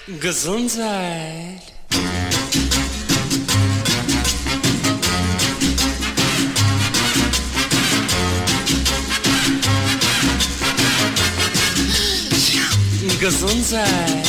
Gesundheit. Gesundheit.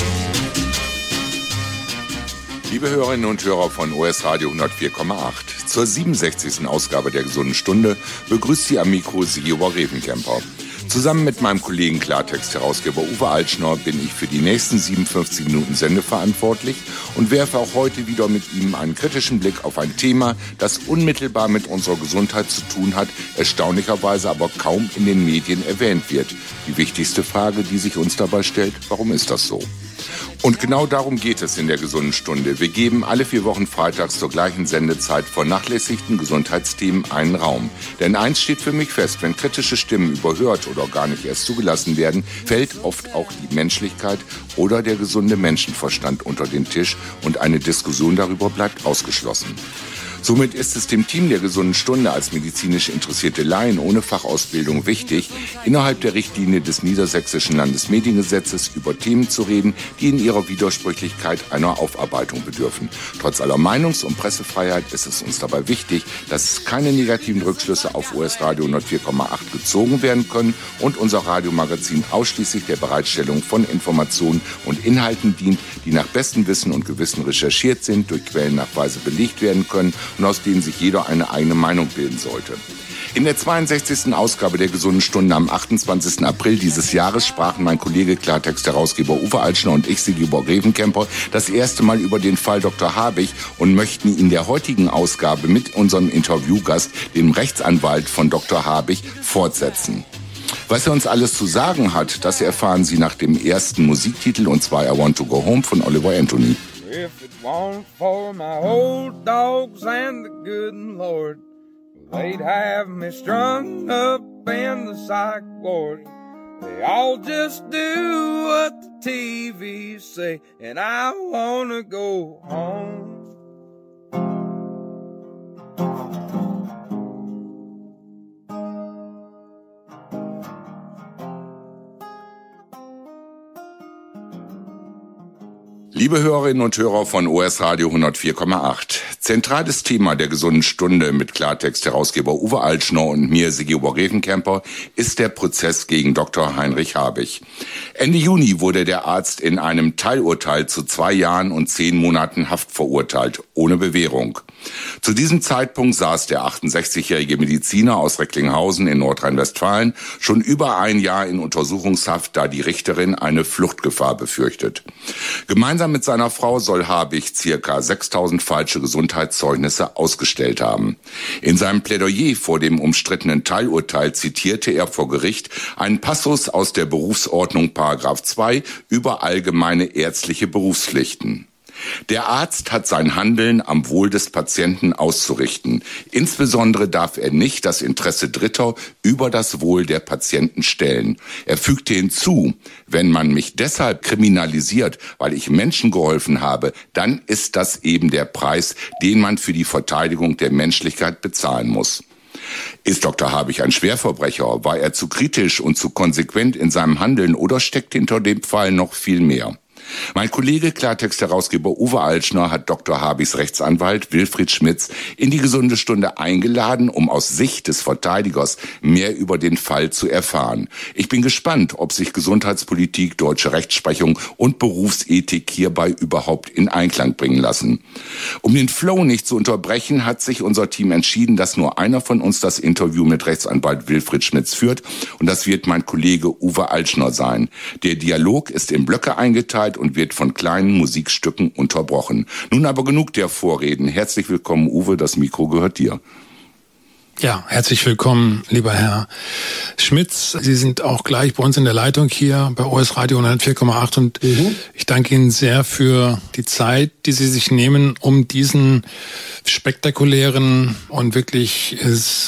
Liebe Hörerinnen und Hörer von OS Radio 104,8. Zur 67. Ausgabe der Gesunden Stunde begrüßt Sie am Mikro Sigibor Revenkemper. Zusammen mit meinem Kollegen Klartext-Herausgeber Uwe Altschner bin ich für die nächsten 57 Minuten Sende verantwortlich und werfe auch heute wieder mit ihm einen kritischen Blick auf ein Thema, das unmittelbar mit unserer Gesundheit zu tun hat, erstaunlicherweise aber kaum in den Medien erwähnt wird. Die wichtigste Frage, die sich uns dabei stellt, warum ist das so? Und genau darum geht es in der Gesunden Stunde. Wir geben alle 4 Wochen freitags zur gleichen Sendezeit vernachlässigten Gesundheitsthemen einen Raum. Denn eins steht für mich fest, wenn kritische Stimmen überhört oder gar nicht erst zugelassen werden, fällt oft auch die Menschlichkeit oder der gesunde Menschenverstand unter den Tisch und eine Diskussion darüber bleibt ausgeschlossen. Somit ist es dem Team der Gesunden Stunde als medizinisch interessierte Laien ohne Fachausbildung wichtig, innerhalb der Richtlinie des Niedersächsischen Landesmediengesetzes über Themen zu reden, die in ihrer Widersprüchlichkeit einer Aufarbeitung bedürfen. Trotz aller Meinungs- und Pressefreiheit ist es uns dabei wichtig, dass keine negativen Rückschlüsse auf OS Radio 104,8 gezogen werden können und unser Radiomagazin ausschließlich der Bereitstellung von Informationen und Inhalten dient, die nach bestem Wissen und Gewissen recherchiert sind, durch Quellennachweise belegt werden können und aus denen sich jeder eine eigene Meinung bilden sollte. In der 62. Ausgabe der Gesunden Stunde am 28. April dieses Jahres sprachen mein Kollege Klartext-Herausgeber Uwe Altschner und ich, Sigibor Revenkemper, das erste Mal über den Fall Dr. Habich und möchten in der heutigen Ausgabe mit unserem Interviewgast, dem Rechtsanwalt von Dr. Habich, fortsetzen. Was er uns alles zu sagen hat, das erfahren Sie nach dem ersten Musiktitel, und zwar I Want to Go Home von Oliver Anthony. If it weren't for my old dogs and the good Lord, they'd have me strung up in the psych ward. They all just do what the TV say, and I wanna go home. Liebe Hörerinnen und Hörer von OS Radio 104,8. Zentrales Thema der Gesunden Stunde mit Klartext-Herausgeber Uwe Altschner und mir, Sigibor Revenkemper, ist der Prozess gegen Dr. Heinrich Habich. Ende Juni wurde der Arzt in einem Teilurteil zu 2 Jahren und 10 Monaten Haft verurteilt, ohne Bewährung. Zu diesem Zeitpunkt saß der 68-jährige Mediziner aus Recklinghausen in Nordrhein-Westfalen schon über 1 Jahr in Untersuchungshaft, da die Richterin eine Fluchtgefahr befürchtet. Gemeinsam mit seiner Frau soll Habich ca. 6.000 falsche Gesundheitszeugnisse ausgestellt haben. In seinem Plädoyer vor dem umstrittenen Teilurteil zitierte er vor Gericht einen Passus aus der Berufsordnung § 2 über allgemeine ärztliche Berufspflichten. Der Arzt hat sein Handeln am Wohl des Patienten auszurichten. Insbesondere darf er nicht das Interesse Dritter über das Wohl der Patienten stellen. Er fügte hinzu, wenn man mich deshalb kriminalisiert, weil ich Menschen geholfen habe, dann ist das eben der Preis, den man für die Verteidigung der Menschlichkeit bezahlen muss. Ist Dr. Habich ein Schwerverbrecher? War er zu kritisch und zu konsequent in seinem Handeln oder steckt hinter dem Fall noch viel mehr? Mein Kollege Klartext-Herausgeber Uwe Altschner hat Dr. Habichs Rechtsanwalt Wilfried Schmitz in die Gesunde Stunde eingeladen, um aus Sicht des Verteidigers mehr über den Fall zu erfahren. Ich bin gespannt, ob sich Gesundheitspolitik, deutsche Rechtsprechung und Berufsethik hierbei überhaupt in Einklang bringen lassen. Um den Flow nicht zu unterbrechen, hat sich unser Team entschieden, dass nur einer von uns das Interview mit Rechtsanwalt Wilfried Schmitz führt, und das wird mein Kollege Uwe Altschner sein. Der Dialog ist in Blöcke eingeteilt und wird von kleinen Musikstücken unterbrochen. Nun aber genug der Vorreden. Herzlich willkommen, Uwe, das Mikro gehört dir. Ja, herzlich willkommen, lieber Herr Schmitz. Sie sind auch gleich bei uns in der Leitung hier bei OS Radio 104,8 und ich danke Ihnen sehr für die Zeit, die Sie sich nehmen, um diesen spektakulären und wirklich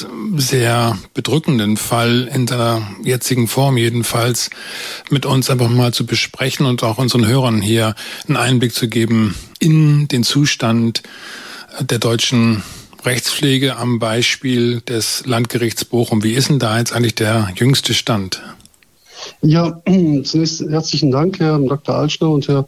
sehr bedrückenden Fall in seiner jetzigen Form jedenfalls mit uns einfach mal zu besprechen und auch unseren Hörern hier einen Einblick zu geben in den Zustand der deutschen Rechtspflege am Beispiel des Landgerichts Bochum. Wie ist denn da jetzt eigentlich der jüngste Stand? Ja, zunächst herzlichen Dank, Herr Dr. Altschner und Herr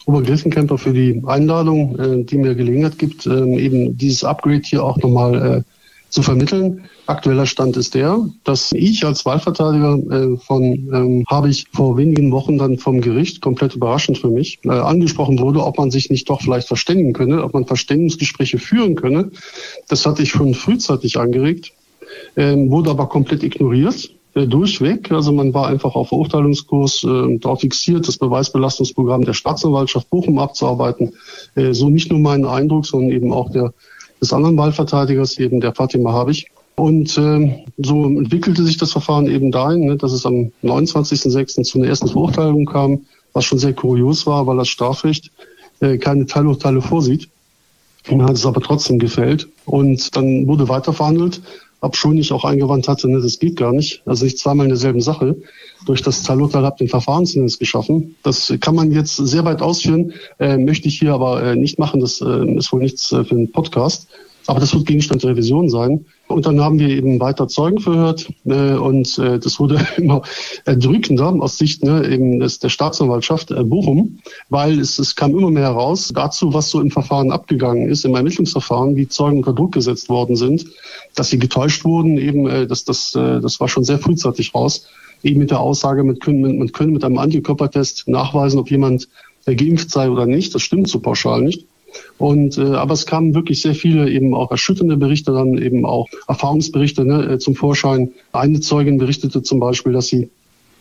Obergräfenkemper, für die Einladung, die mir Gelegenheit gibt, eben dieses Upgrade hier auch nochmal zu vermitteln. Aktueller Stand ist der, dass ich als Wahlverteidiger von Habich vor wenigen Wochen dann vom Gericht, komplett überraschend für mich, angesprochen wurde, ob man sich nicht doch vielleicht verständigen könne, ob man Verständigungsgespräche führen könne. Das hatte ich schon frühzeitig angeregt, wurde aber komplett ignoriert. Durchweg, also man war einfach auf Verurteilungskurs darauf fixiert, das Beweisbelastungsprogramm der Staatsanwaltschaft Bochum abzuarbeiten. So nicht nur mein Eindruck, sondern eben auch des anderen Wahlverteidigers, eben der Fatima Habich. Und so entwickelte sich das Verfahren eben dahin, dass es am 29.06. zu einer ersten Verurteilung kam, was schon sehr kurios war, weil das Strafrecht keine Teilurteile vorsieht. Man hat es aber trotzdem gefällt. Und dann wurde weiter verhandelt, obschon ich auch eingewandt hatte, das geht gar nicht. Also nicht zweimal in derselben Sache. Durch das Teilurteil habe ich den Verfahrenshinweis geschaffen. Das kann man jetzt sehr weit ausführen, möchte ich hier aber nicht machen. Das ist wohl nichts für einen Podcast. Aber das wird Gegenstand der Revision sein. Und dann haben wir eben weiter Zeugen verhört. Und das wurde immer erdrückender aus Sicht eben der Staatsanwaltschaft Bochum, weil es kam immer mehr heraus dazu, was so im Verfahren abgegangen ist, im Ermittlungsverfahren, wie Zeugen unter Druck gesetzt worden sind, dass sie getäuscht wurden. Eben das war schon sehr frühzeitig raus. Eben mit der Aussage, man könne mit einem Antikörpertest nachweisen, ob jemand geimpft sei oder nicht. Das stimmt so pauschal nicht. Und aber es kamen wirklich sehr viele eben auch erschütternde Berichte, dann eben auch Erfahrungsberichte zum Vorschein. Eine Zeugin berichtete zum Beispiel, dass sie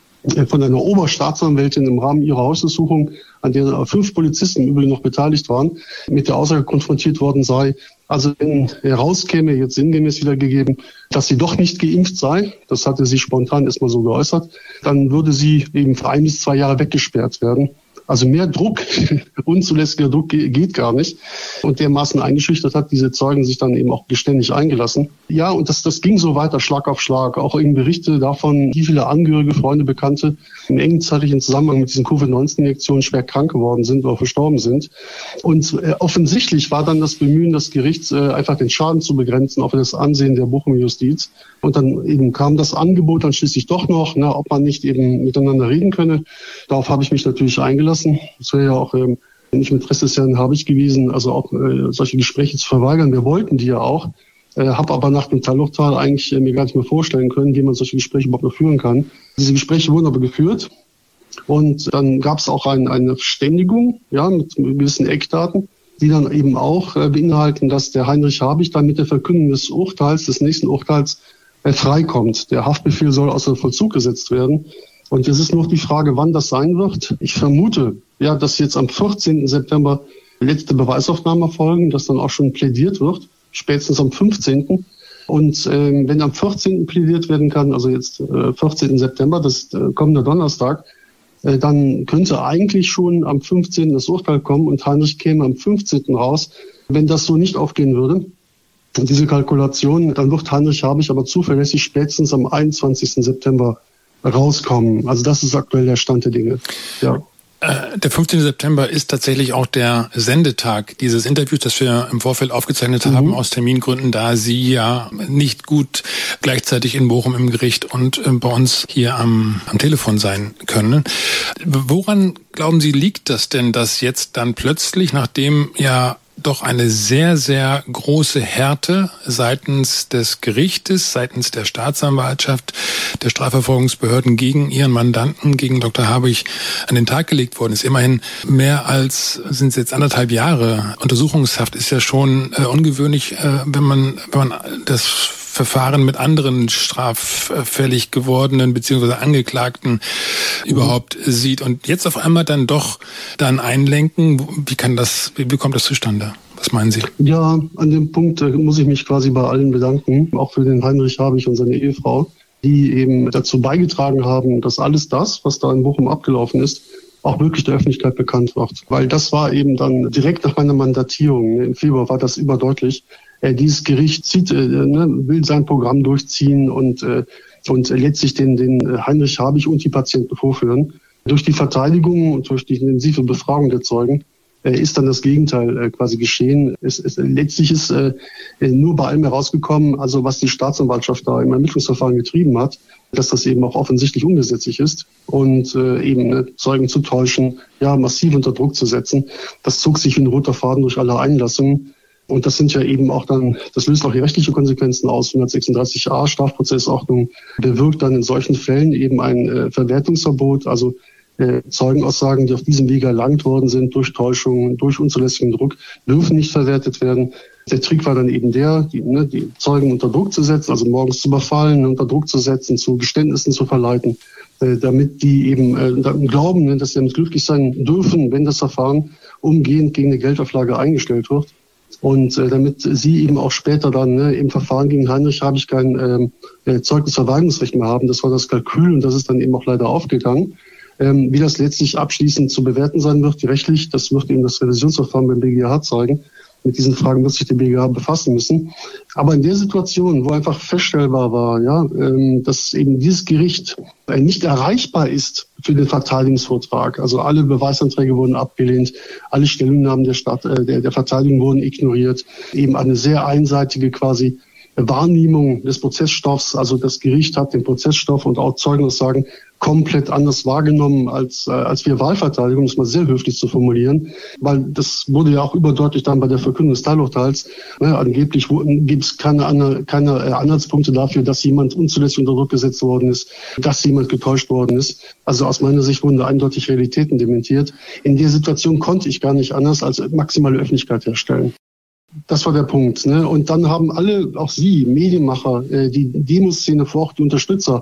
von einer Oberstaatsanwältin im Rahmen ihrer Hausdurchsuchung, an der 5 Polizisten im Übrigen noch beteiligt waren, mit der Aussage konfrontiert worden sei, also wenn herauskäme, jetzt sinngemäß wiedergegeben, dass sie doch nicht geimpft sei, das hatte sie spontan erstmal so geäußert, dann würde sie eben für 1 bis 2 Jahre weggesperrt werden. Also mehr Druck, unzulässiger Druck geht gar nicht. Und dermaßen eingeschüchtert hat diese Zeugen sich dann eben auch beständig eingelassen. Ja, und das ging so weiter, Schlag auf Schlag. Auch eben Berichte davon, wie viele Angehörige, Freunde, Bekannte im engen zeitlichen Zusammenhang mit diesen Covid-19-Injektionen schwer krank geworden sind oder verstorben sind. Und offensichtlich war dann das Bemühen des Gerichts, einfach den Schaden zu begrenzen, auch für das Ansehen der Bochumer Justiz. Und dann eben kam das Angebot dann schließlich doch noch, ob man nicht eben miteinander reden könne. Darauf habe ich mich natürlich eingelassen. Das wäre ja auch nicht mit Interesse des Herrn Habich gewesen, also auch solche Gespräche zu verweigern. Wir wollten die ja auch, habe aber nach dem Teilurteil eigentlich mir gar nicht mehr vorstellen können, wie man solche Gespräche überhaupt noch führen kann. Diese Gespräche wurden aber geführt und dann gab es auch eine Verständigung, mit gewissen Eckdaten, die dann eben auch beinhalten, dass der Heinrich Habich dann mit der Verkündung des Urteils, des nächsten Urteils, freikommt. Der Haftbefehl soll außer Vollzug gesetzt werden. Und es ist noch die Frage, wann das sein wird. Ich vermute, dass jetzt am 14. September letzte Beweisaufnahmen erfolgen, dass dann auch schon plädiert wird, spätestens am 15. Und wenn am 14. plädiert werden kann, also jetzt 14. September, das ist kommender Donnerstag, dann könnte eigentlich schon am 15. das Urteil kommen und Heinrich käme am 15. raus. Wenn das so nicht aufgehen würde, diese Kalkulation, dann wird Heinrich Habich aber zuverlässig spätestens am 21. September rauskommen. Also das ist aktuell der Stand der Dinge. Ja. Der 15. September ist tatsächlich auch der Sendetag dieses Interviews, das wir im Vorfeld aufgezeichnet haben, aus Termingründen, da Sie ja nicht gut gleichzeitig in Bochum im Gericht und bei uns hier am Telefon sein können. Woran, glauben Sie, liegt das denn, dass jetzt dann plötzlich, nachdem ja doch eine sehr, sehr große Härte seitens des Gerichtes, seitens der Staatsanwaltschaft, der Strafverfolgungsbehörden gegen ihren Mandanten, gegen Dr. Habich an den Tag gelegt worden ist. Immerhin mehr als, sind es jetzt 1,5 Jahre. Untersuchungshaft ist ja schon ungewöhnlich, wenn man das Verfahren mit anderen straffällig gewordenen bzw. Angeklagten überhaupt sieht und jetzt auf einmal dann doch einlenken. Wie kommt das zustande? Was meinen Sie? Ja, an dem Punkt muss ich mich quasi bei allen bedanken, auch für den Heinrich Habich und seine Ehefrau, die eben dazu beigetragen haben, dass alles das, was da in Bochum abgelaufen ist, auch wirklich der Öffentlichkeit bekannt wird. Weil das war eben dann direkt nach meiner Mandatierung, im Februar war das überdeutlich. Dieses Gericht will sein Programm durchziehen und letztlich den Heinrich Habich und die Patienten vorführen. Durch die Verteidigung und durch die intensive Befragung der Zeugen ist dann das Gegenteil quasi geschehen. Letztlich ist nur bei allem herausgekommen, also was die Staatsanwaltschaft da im Ermittlungsverfahren getrieben hat, dass das eben auch offensichtlich ungesetzlich ist und eben Zeugen zu täuschen, ja, massiv unter Druck zu setzen. Das zog sich wie ein roter Faden durch alle Einlassungen. Und das sind ja eben auch dann, das löst auch die rechtliche Konsequenzen aus. 136a Strafprozessordnung bewirkt dann in solchen Fällen eben ein Verwertungsverbot, also Zeugenaussagen, die auf diesem Wege erlangt worden sind, durch Täuschung, durch unzulässigen Druck, dürfen nicht verwertet werden. Der Trick war dann eben die Zeugen unter Druck zu setzen, also morgens zu überfallen, unter Druck zu setzen, zu Geständnissen zu verleiten, damit die eben glauben, dass sie damit glücklich sein dürfen, wenn das Verfahren umgehend gegen eine Geldauflage eingestellt wird. Und damit sie eben auch später dann im Verfahren gegen Heinrich Habich kein Zeugnisverweigerungsrecht mehr haben. Das war das Kalkül und das ist dann eben auch leider aufgegangen. Wie das letztlich abschließend zu bewerten sein wird, rechtlich, das wird eben das Revisionsverfahren beim BGH zeigen. Mit diesen Fragen wird sich der BGH befassen müssen. Aber in der Situation, wo einfach feststellbar war, dass eben dieses Gericht nicht erreichbar ist für den Verteidigungsvortrag, also alle Beweisanträge wurden abgelehnt, alle Stellungnahmen der Verteidigung wurden ignoriert, eben eine sehr einseitige quasi Wahrnehmung des Prozessstoffs, also das Gericht hat den Prozessstoff und auch Zeugenaussagen komplett anders wahrgenommen als wir Wahlverteidigung, um es mal sehr höflich zu formulieren, weil das wurde ja auch überdeutlich dann bei der Verkündung des Teilurteils. Angeblich gibt es keine Anhaltspunkte dafür, dass jemand unzulässig unter Druck gesetzt worden ist, dass jemand getäuscht worden ist. Also aus meiner Sicht wurden da eindeutig Realitäten dementiert. In der Situation konnte ich gar nicht anders als maximale Öffentlichkeit herstellen. Das war der Punkt. Und dann haben alle, auch Sie, Medienmacher, die Demoszene vor Ort, die Unterstützer,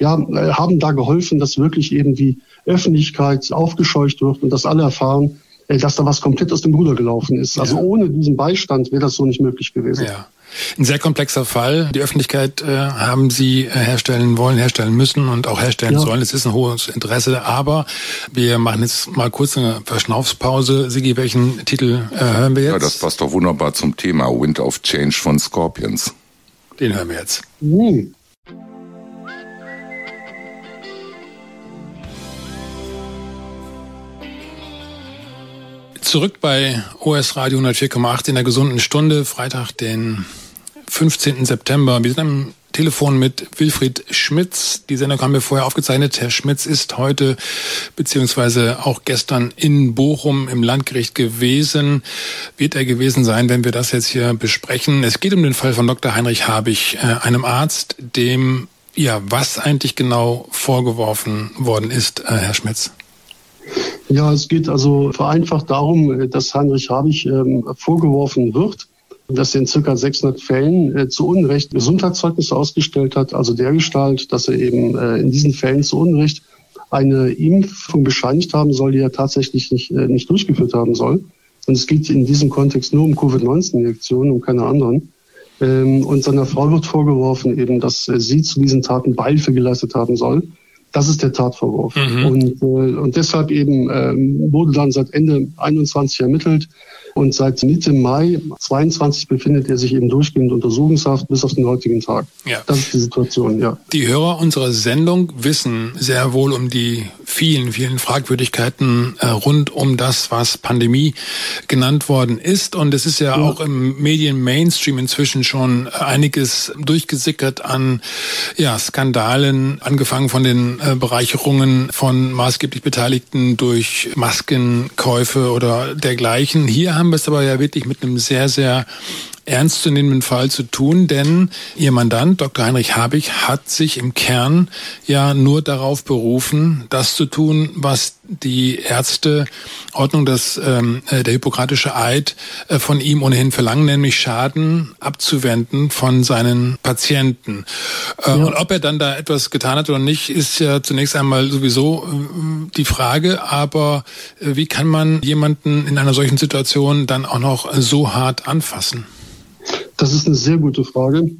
haben da geholfen, dass wirklich eben die Öffentlichkeit aufgescheucht wird und dass alle erfahren, dass da was komplett aus dem Ruder gelaufen ist. Also ohne diesen Beistand wäre das so nicht möglich gewesen. Ja. Ein sehr komplexer Fall. Die Öffentlichkeit haben Sie herstellen wollen, herstellen müssen und auch herstellen sollen. Es ist ein hohes Interesse, aber wir machen jetzt mal kurz eine Verschnaufspause. Sigi, welchen Titel hören wir jetzt? Ja, das passt doch wunderbar zum Thema Wind of Change von Scorpions. Den hören wir jetzt. Zurück bei OS Radio 104,8 in der gesunden Stunde, Freitag, den 15. September. Wir sind am Telefon mit Wilfried Schmitz. Die Sendung haben wir vorher aufgezeichnet. Herr Schmitz ist heute beziehungsweise auch gestern in Bochum im Landgericht gewesen. Wird er gewesen sein, wenn wir das jetzt hier besprechen. Es geht um den Fall von Dr. Heinrich Habich, einem Arzt, dem was eigentlich genau vorgeworfen worden ist, Herr Schmitz. Ja, es geht also vereinfacht darum, dass Heinrich Habich vorgeworfen wird, dass er in ca. 600 Fällen zu Unrecht Gesundheitszeugnisse ausgestellt hat, also dergestalt, dass er eben in diesen Fällen zu Unrecht eine Impfung bescheinigt haben soll, die er tatsächlich nicht durchgeführt haben soll. Und es geht in diesem Kontext nur um Covid-19-Injektionen, um keine anderen. Und seiner Frau wird vorgeworfen, eben, dass sie zu diesen Taten Beihilfe geleistet haben soll. Das ist der Tatvorwurf. Und deshalb eben wurde dann seit Ende 21 ermittelt und seit Mitte Mai 22 befindet er sich eben durchgehend Untersuchungshaft bis auf den heutigen Tag. Ja. Das ist die Situation, ja. Die Hörer unserer Sendung wissen sehr wohl um die vielen, vielen Fragwürdigkeiten rund um das, was Pandemie genannt worden ist. Und es ist ja auch im Medien-Mainstream inzwischen schon einiges durchgesickert an Skandalen, angefangen von den Bereicherungen von maßgeblich Beteiligten durch Maskenkäufe oder dergleichen. Hier haben wir es aber ja wirklich mit einem sehr, sehr ernstzunehmenden Fall zu tun, denn Ihr Mandant, Dr. Heinrich Habich, hat sich im Kern ja nur darauf berufen, das zu tun, was die Ärzteordnung, der hippokratische Eid von ihm ohnehin verlangen, nämlich Schaden abzuwenden von seinen Patienten. Und ob er dann da etwas getan hat oder nicht, ist ja zunächst einmal sowieso die Frage, aber wie kann man jemanden in einer solchen Situation dann auch noch so hart anfassen? Das ist eine sehr gute Frage,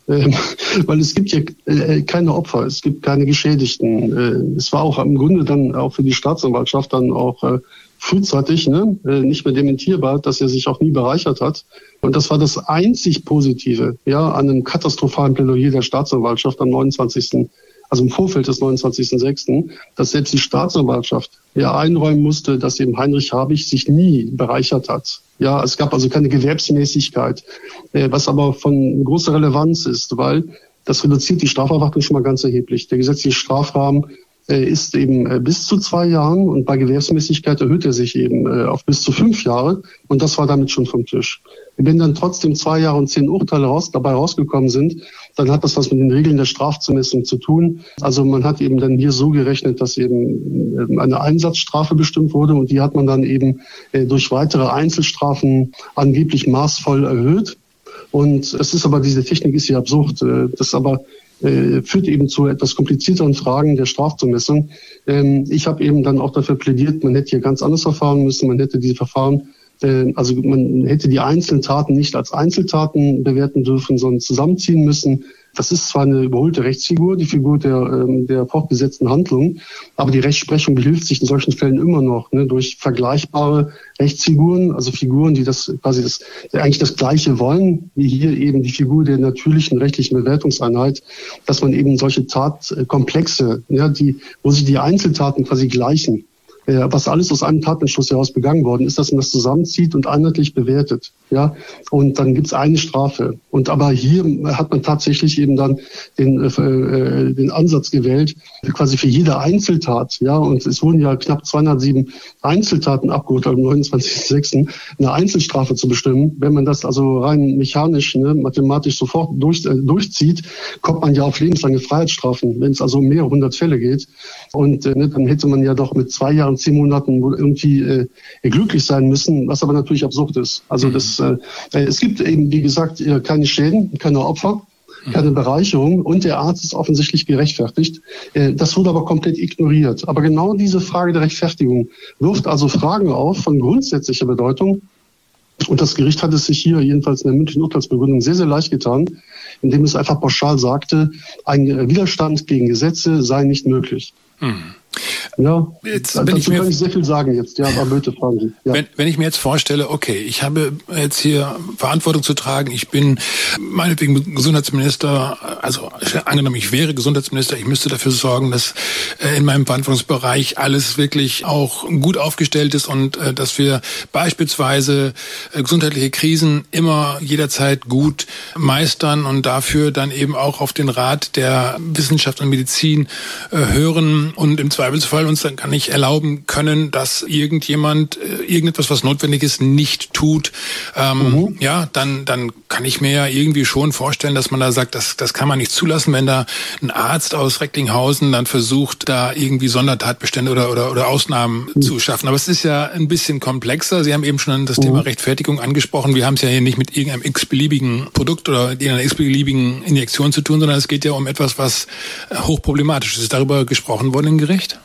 weil es gibt ja keine Opfer, es gibt keine Geschädigten. Es war auch im Grunde dann auch für die Staatsanwaltschaft dann auch frühzeitig nicht mehr dementierbar, dass er sich auch nie bereichert hat. Und das war das einzig Positive an einem katastrophalen Plädoyer der Staatsanwaltschaft am 29. Also im Vorfeld des 29.06., dass selbst die Staatsanwaltschaft einräumen musste, dass eben Heinrich Habich sich nie bereichert hat. Ja, es gab also keine Gewerbsmäßigkeit, was aber von großer Relevanz ist, weil Das reduziert die Straferwartung schon mal ganz erheblich. Der gesetzliche Strafrahmen ist eben bis zu 2 Jahren und bei Gewährsmäßigkeit erhöht er sich eben auf bis zu 5 Jahre und das war damit schon vom Tisch. Wenn dann trotzdem 2 Jahre und 10 Urteile dabei rausgekommen sind, dann hat das was mit den Regeln der Strafzumessung zu tun. Also man hat eben dann hier so gerechnet, dass eben eine Einsatzstrafe bestimmt wurde und die hat man dann eben durch weitere Einzelstrafen angeblich maßvoll erhöht. Und es ist aber, diese Technik ist hier absurd. Das aber führt eben zu etwas komplizierteren Fragen der Strafzumessung. Ich habe eben dann auch dafür plädiert, man hätte hier ganz anders verfahren müssen, man hätte diese Verfahren, also man hätte die einzelnen Taten nicht als Einzeltaten bewerten dürfen, sondern zusammenziehen müssen. Das ist zwar eine überholte Rechtsfigur, die Figur der fortgesetzten Handlung, aber die Rechtsprechung behilft sich in solchen Fällen immer noch durch vergleichbare Rechtsfiguren, also Figuren, die das quasi eigentlich das Gleiche wollen, wie hier eben die Figur der natürlichen rechtlichen Bewertungseinheit, dass man eben solche Tatkomplexe, wo sich die Einzeltaten quasi gleichen, was alles aus einem Tatentschluss heraus begangen worden ist, dass man das zusammenzieht und einheitlich bewertet. Ja, und dann gibt's eine Strafe. Und aber hier hat man tatsächlich eben dann den Ansatz gewählt, quasi für jede Einzeltat. Ja, und es wurden ja knapp 207 Einzeltaten abgeurteilt am 29.06. eine Einzelstrafe zu bestimmen. Wenn man das also rein mechanisch, mathematisch sofort durchzieht, kommt man ja auf lebenslange Freiheitsstrafen, wenn es also um mehrere hundert Fälle geht. Und dann hätte man ja doch mit 2 Jahren, 10 Monaten irgendwie glücklich sein müssen, was aber natürlich absurd ist. Also es gibt eben, wie gesagt, keine Schäden, keine Opfer, keine Bereicherung und der Arzt ist offensichtlich gerechtfertigt. Das wurde aber komplett ignoriert. Aber genau diese Frage der Rechtfertigung wirft also Fragen auf von grundsätzlicher Bedeutung. Und das Gericht hat es sich hier jedenfalls in der mündlichen Urteilsbegründung sehr, sehr leicht getan, indem es einfach pauschal sagte, ein Widerstand gegen Gesetze sei nicht möglich. Ja, dazu kann ich sehr viel sagen jetzt. Ja, aber bitte fragen Sie. Ja. Wenn ich mir jetzt vorstelle, okay, ich habe jetzt hier Verantwortung zu tragen, ich bin meinetwegen Gesundheitsminister, also angenommen, ich wäre Gesundheitsminister, ich müsste dafür sorgen, dass in meinem Verantwortungsbereich alles wirklich auch gut aufgestellt ist und dass wir beispielsweise gesundheitliche Krisen immer jederzeit gut meistern und dafür dann eben auch auf den Rat der Wissenschaft und Medizin hören und im Zweifelsfall uns dann kann ich erlauben können, dass irgendjemand irgendetwas, was notwendig ist, nicht tut. Ja, dann kann ich mir ja irgendwie schon vorstellen, dass man da sagt, das kann man nicht zulassen, wenn da ein Arzt aus Recklinghausen dann versucht, da irgendwie Sondertatbestände oder Ausnahmen zu schaffen. Aber es ist ja ein bisschen komplexer. Sie haben eben schon das Thema Rechtfertigung angesprochen. Wir haben es ja hier nicht mit irgendeinem x-beliebigen Produkt oder irgendeiner x-beliebigen Injektion zu tun, sondern es geht ja um etwas, was hochproblematisch ist. Ist darüber gesprochen worden im Gericht?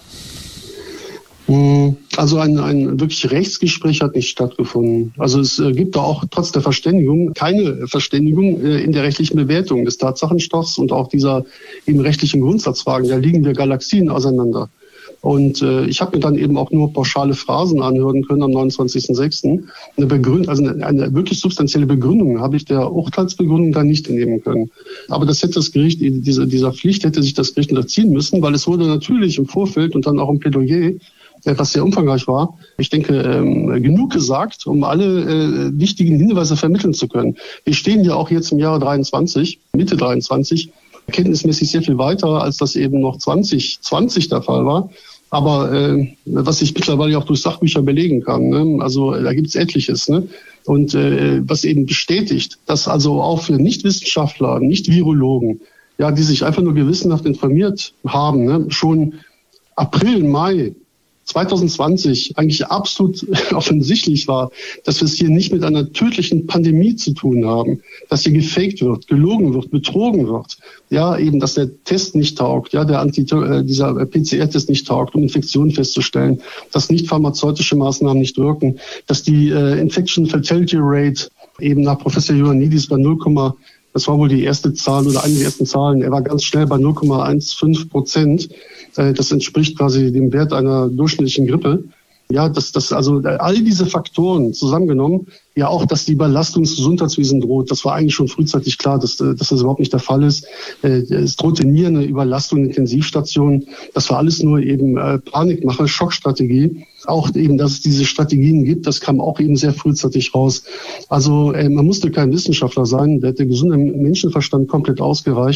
Also ein wirklich Rechtsgespräch hat nicht stattgefunden. Also es gibt da auch trotz der Verständigung keine Verständigung in der rechtlichen Bewertung des Tatsachenstoffs und auch dieser eben rechtlichen Grundsatzfragen. Da liegen wir Galaxien auseinander. Und ich habe mir dann eben auch nur pauschale Phrasen anhören können am 29.06. Eine wirklich substanzielle Begründung habe ich der Urteilsbegründung dann nicht entnehmen können. Aber das hätte das Gericht, dieser Pflicht hätte sich das Gericht unterziehen müssen, weil es wurde natürlich im Vorfeld und dann auch im Plädoyer, was sehr umfangreich war, ich denke, genug gesagt, um alle wichtigen Hinweise vermitteln zu können. Wir stehen ja auch jetzt im Jahre 23, Mitte 23, erkenntnismäßig sehr viel weiter, als das eben noch 2020 der Fall war. Aber was ich mittlerweile auch durch Sachbücher belegen kann, also da gibt's etliches. Und was eben bestätigt, dass also auch für Nichtwissenschaftler, Nicht-Virologen, ja, die sich einfach nur gewissenhaft informiert haben, schon April, Mai 2020 eigentlich absolut offensichtlich war, dass wir es hier nicht mit einer tödlichen Pandemie zu tun haben, dass hier gefaked wird, gelogen wird, betrogen wird. Ja, eben, dass der Test nicht taugt, ja, dieser PCR-Test nicht taugt, um Infektionen festzustellen, dass nicht pharmazeutische Maßnahmen nicht wirken, dass die Infection Fatality Rate eben nach Professor Ioannidis bei das war wohl die erste Zahl oder eine der ersten Zahlen. Er war ganz schnell bei 0,15%. Das entspricht quasi dem Wert einer durchschnittlichen Grippe. Ja, also all diese Faktoren zusammengenommen, ja auch, dass die Belastung des Gesundheitswesens droht, das war eigentlich schon frühzeitig klar, dass das überhaupt nicht der Fall ist. Es drohte nie eine Überlastung in Intensivstationen. Das war alles nur eben Panikmache, Schockstrategie. Auch eben, dass es diese Strategien gibt, das kam auch eben sehr frühzeitig raus. Also man musste kein Wissenschaftler sein, der gesunde Menschenverstand komplett ausgereicht,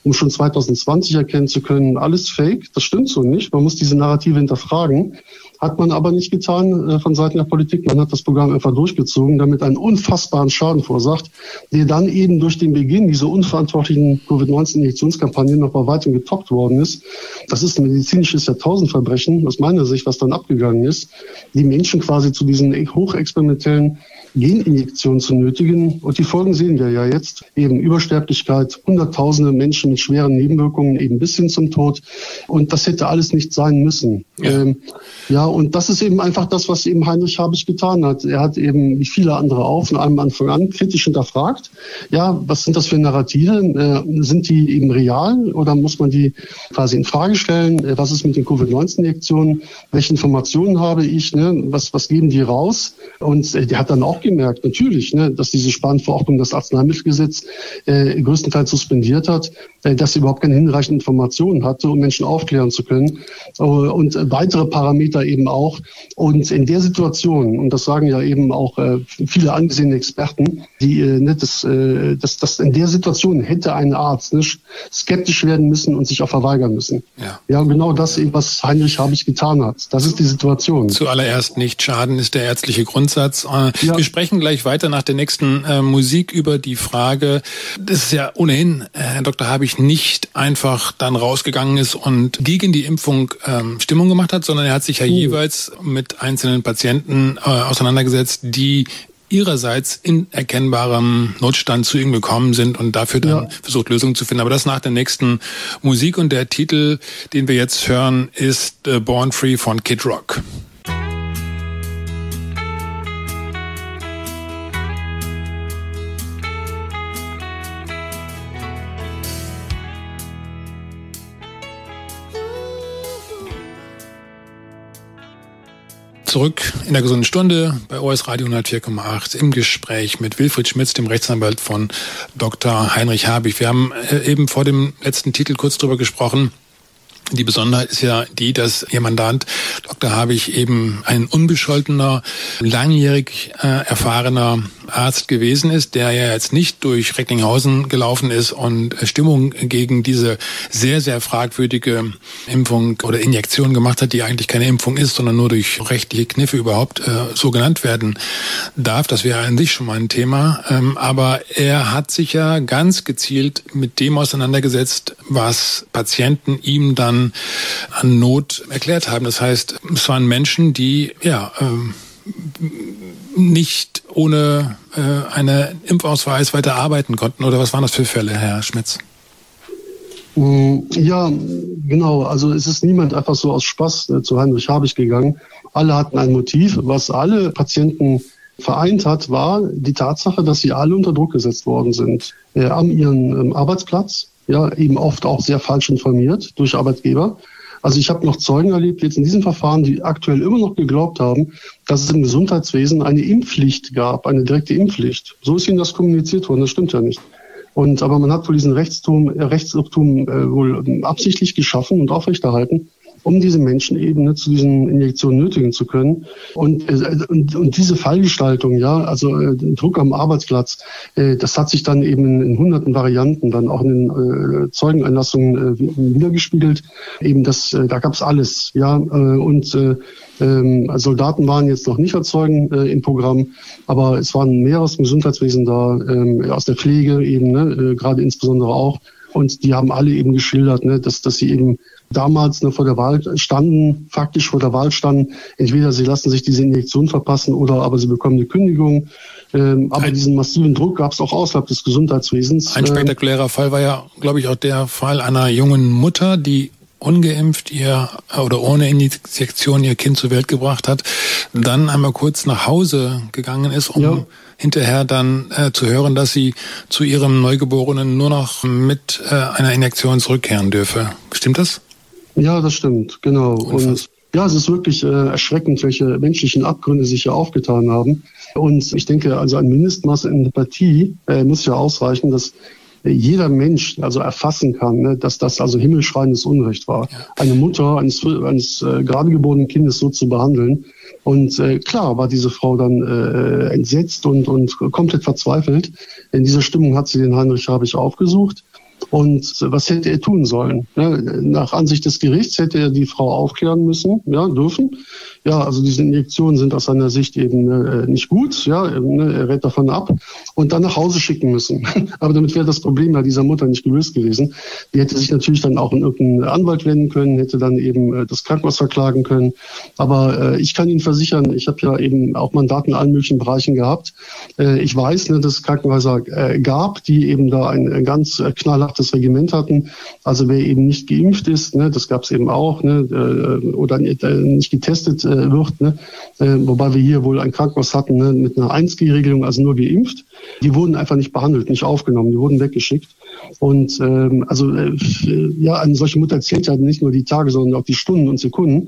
um schon 2020 erkennen zu können, alles Fake, das stimmt so nicht. Man muss diese Narrative hinterfragen. Hat man aber nicht getan von Seiten der Politik. Man hat das Programm einfach durchgezogen, damit einen unfassbaren Schaden verursacht, der dann eben durch den Beginn dieser unverantwortlichen Covid-19-Injektionskampagne noch bei weitem getoppt worden ist. Das ist ein medizinisches Jahrtausendverbrechen, aus meiner Sicht, was dann abgegangen ist, die Menschen quasi zu diesen hochexperimentellen Geninjektionen zu nötigen. Und die Folgen sehen wir ja jetzt. Eben Übersterblichkeit, Hunderttausende Menschen mit schweren Nebenwirkungen, eben bis hin zum Tod. Und das hätte alles nicht sein müssen. Ja. Und das ist eben einfach das, was eben Heinrich Habich getan hat. Er hat eben, wie viele andere auch, von einem Anfang an kritisch hinterfragt. Ja, was sind das für Narrative? Sind die eben real oder muss man die quasi in Frage stellen? Was ist mit den Covid-19-Injektionen? Welche Informationen habe ich? Was geben die raus? Und der hat dann auch gemerkt, natürlich, dass diese Sparrenverordnung das Arzneimittelgesetz größtenteils suspendiert hat, dass sie überhaupt keine hinreichenden Informationen hatte, um Menschen aufklären zu können. Und weitere Parameter eben auch. Und in der Situation, und das sagen ja eben auch viele angesehene Experten, die dass in der Situation hätte ein Arzt skeptisch werden müssen und sich auch verweigern müssen. Ja, genau das eben, was Heinrich Habich getan hat. Das ist die Situation. Zuallererst nicht schaden ist der ärztliche Grundsatz. Wir sprechen gleich weiter nach der nächsten Musik über die Frage, das ist ja ohnehin, Herr Dr. Habich nicht einfach dann rausgegangen ist und gegen die Impfung Stimmung gemacht hat, sondern er hat sich ja jeweils mit einzelnen Patienten auseinandergesetzt, die ihrerseits in erkennbarem Notstand zu ihm gekommen sind und dafür dann versucht, Lösungen zu finden. Aber das nach der nächsten Musik, und der Titel, den wir jetzt hören, ist Born Free von Kid Rock. Zurück in der gesunden Stunde bei OS Radio 104,8 im Gespräch mit Wilfried Schmitz, dem Rechtsanwalt von Dr. Heinrich Habich. Wir haben eben vor dem letzten Titel kurz drüber gesprochen. Die Besonderheit ist ja die, dass Ihr Mandant Dr. Habich eben ein unbescholtener, langjährig erfahrener Arzt gewesen ist, der ja jetzt nicht durch Recklinghausen gelaufen ist und Stimmung gegen diese sehr, sehr fragwürdige Impfung oder Injektion gemacht hat, die eigentlich keine Impfung ist, sondern nur durch rechtliche Kniffe überhaupt so genannt werden darf. Das wäre an sich schon mal ein Thema. Aber er hat sich ja ganz gezielt mit dem auseinandergesetzt, was Patienten ihm dann an Not erklärt haben. Das heißt, es waren Menschen, die nicht ohne einen Impfausweis weiter arbeiten konnten. Oder was waren das für Fälle, Herr Schmitz? Ja, genau. Also es ist niemand einfach so aus Spaß zu Heinrich Habich gegangen. Alle hatten ein Motiv. Was alle Patienten vereint hat, war die Tatsache, dass sie alle unter Druck gesetzt worden sind. An ihrem Arbeitsplatz, ja, eben oft auch sehr falsch informiert durch Arbeitgeber. Also ich habe noch Zeugen erlebt, jetzt in diesem Verfahren, die aktuell immer noch geglaubt haben, dass es im Gesundheitswesen eine Impfpflicht gab, eine direkte Impfpflicht. So ist ihnen das kommuniziert worden, das stimmt ja nicht. Aber man hat wohl diesen Rechtsirrtum wohl absichtlich geschaffen und aufrechterhalten, um diese Menschen eben zu diesen Injektionen nötigen zu können. Und diese Fallgestaltung, Druck am Arbeitsplatz, das hat sich dann eben in hunderten Varianten dann auch in den Zeugeneinlassungen wiedergespiegelt. Eben da gab es alles, Soldaten waren jetzt noch nicht als Zeugen im Programm, aber es waren mehr aus dem Gesundheitswesen da, aus der Pflege eben, gerade insbesondere auch. Und die haben alle eben geschildert, dass sie eben damals vor der Wahl standen, faktisch vor der Wahl standen. Entweder sie lassen sich diese Injektion verpassen oder aber sie bekommen eine Kündigung. Aber diesen massiven Druck gab es auch außerhalb des Gesundheitswesens. Ein spektakulärer Fall war ja, glaube ich, auch der Fall einer jungen Mutter, die ungeimpft oder ohne Injektion ihr Kind zur Welt gebracht hat, dann einmal kurz nach Hause gegangen ist, um hinterher dann zu hören, dass sie zu ihrem Neugeborenen nur noch mit einer Injektion zurückkehren dürfe. Stimmt das? Ja, das stimmt, genau. Und ja, es ist wirklich erschreckend, welche menschlichen Abgründe sich hier aufgetan haben. Und ich denke, also ein Mindestmaß an Empathie muss ja ausreichen, dass jeder Mensch also erfassen kann, dass das also himmelschreiendes Unrecht war, eine Mutter eines gerade geborenen Kindes so zu behandeln. Und klar war diese Frau dann entsetzt und komplett verzweifelt. In dieser Stimmung hat sie den Heinrich Habich aufgesucht. Und was hätte er tun sollen? Nach Ansicht des Gerichts hätte er die Frau aufklären müssen, dürfen. Ja, also diese Injektionen sind aus seiner Sicht eben nicht gut. Ja, er rät davon ab und dann nach Hause schicken müssen. Aber damit wäre das Problem ja dieser Mutter nicht gelöst gewesen. Die hätte sich natürlich dann auch in irgendeinen Anwalt wenden können, hätte dann eben das Krankenhaus verklagen können. Aber ich kann Ihnen versichern, ich habe ja eben auch Mandate in allen möglichen Bereichen gehabt. Ich weiß, dass es Krankenhäuser gab, die eben da ein ganz knallhartes Regiment hatten. Also wer eben nicht geimpft ist, das gab es eben auch, oder nicht getestet wird, wobei wir hier wohl ein Krankenhaus hatten mit einer 1G-Regelung, also nur geimpft. Die wurden einfach nicht behandelt, nicht aufgenommen, die wurden weggeschickt. Und eine solche Mutter zählt ja nicht nur die Tage, sondern auch die Stunden und Sekunden,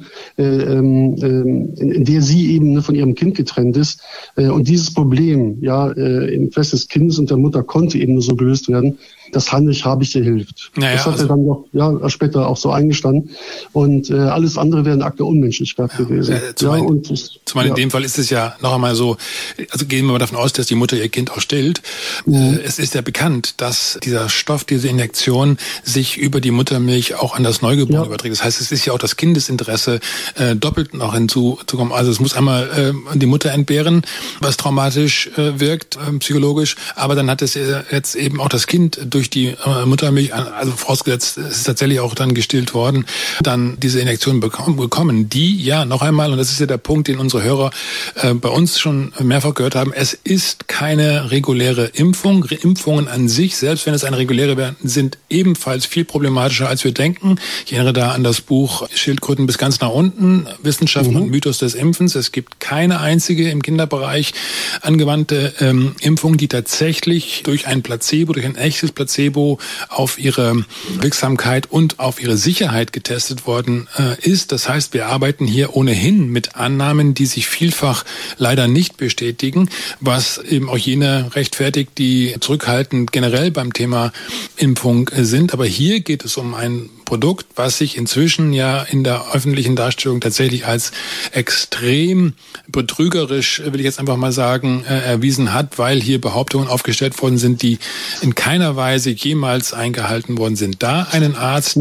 in der sie eben von ihrem Kind getrennt ist. Und dieses Problem, im Fest des Kindes und der Mutter konnte eben nur so gelöst werden, dass Heinrich Habichte hilft. Das hat er dann noch später auch so eingestanden. Und alles andere wäre ein Akt der Unmenschlichkeit gewesen. Zumal in dem Fall ist es ja noch einmal so, also gehen wir mal davon aus, dass die Mutter ihr Kind auch stillt. Es ist ja bekannt, dass dieser Stoff, diese Injektion sich über die Muttermilch auch an das Neugeborene überträgt. Das heißt, es ist ja auch das Kindesinteresse doppelt noch hinzukommen. Also es muss einmal die Mutter entbehren, was traumatisch wirkt, psychologisch, aber dann hat es jetzt eben auch das Kind durch die Muttermilch, also vorausgesetzt, es ist tatsächlich auch dann gestillt worden, dann diese Injektion bekommen, die noch einmal, und das ist ja der Punkt, den unsere Hörer bei uns schon mehrfach gehört haben, es ist keine reguläre Impfung. Impfungen an sich, selbst wenn es eine reguläre wäre, sind ebenfalls viel problematischer, als wir denken. Ich erinnere da an das Buch Schildkröten bis ganz nach unten, Wissenschaft und Mythos des Impfens. Es gibt keine einzige im Kinderbereich angewandte Impfung, die tatsächlich durch ein Placebo, durch ein echtes Placebo auf ihre Wirksamkeit und auf ihre Sicherheit getestet worden ist. Das heißt, wir arbeiten hier ohnehin mit Annahmen, die sich vielfach leider nicht bestätigen, was eben auch jene rechtfertigt, die zurückhaltend generell beim Thema Impfung sind. Aber hier geht es um ein Produkt, was sich inzwischen in der öffentlichen Darstellung tatsächlich als extrem betrügerisch, will ich jetzt einfach mal sagen, erwiesen hat, weil hier Behauptungen aufgestellt worden sind, die in keiner Weise jemals eingehalten worden sind. Da einen Arzt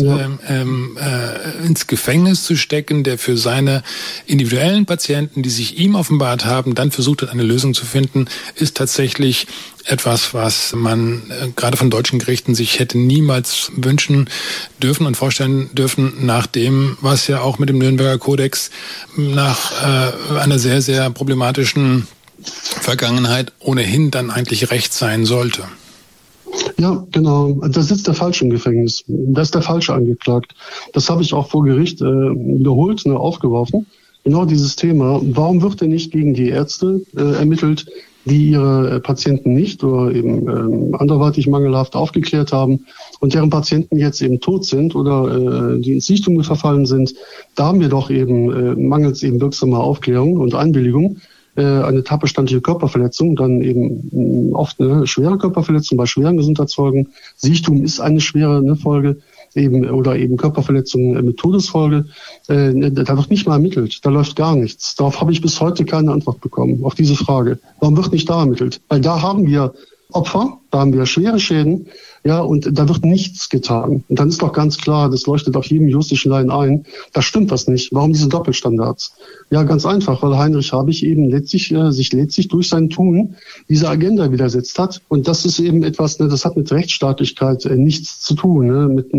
ins Gefängnis zu stecken, der für seine individuellen Patienten, die sich ihm offenbart haben, dann versucht hat, eine Lösung zu finden, ist tatsächlich etwas, was man gerade von deutschen Gerichten sich hätte niemals wünschen dürfen und vorstellen dürfen, nach dem, was ja auch mit dem Nürnberger Kodex nach einer sehr, sehr problematischen Vergangenheit ohnehin dann eigentlich Recht sein sollte. Ja, genau. Da sitzt der Falsche im Gefängnis. Da ist der Falsche angeklagt. Das habe ich auch vor Gericht wiederholt, aufgeworfen. Genau dieses Thema. Warum wird denn nicht gegen die Ärzte ermittelt, die ihre Patienten nicht oder eben anderweitig mangelhaft aufgeklärt haben und deren Patienten jetzt eben tot sind oder die ins Sichtung verfallen sind? Da haben wir doch eben mangels eben wirksamer Aufklärung und Einwilligung eine tatbestandliche Körperverletzung, dann eben oft eine schwere Körperverletzung bei schweren Gesundheitsfolgen. Sichtung ist eine schwere Folge. Oder Körperverletzungen mit Todesfolge, da wird nicht mal ermittelt, da läuft gar nichts. Darauf habe ich bis heute keine Antwort bekommen, auf diese Frage. Warum wird nicht da ermittelt? Weil da haben wir Opfer, da haben wir schwere Schäden, und da wird nichts getan. Und dann ist doch ganz klar, das leuchtet auf jedem juristischen Laien ein, da stimmt was nicht. Warum diese Doppelstandards? Ja, ganz einfach, weil Heinrich Habich eben sich letztlich durch sein Tun dieser Agenda widersetzt hat. Und das ist eben etwas, das hat mit Rechtsstaatlichkeit nichts zu tun, mit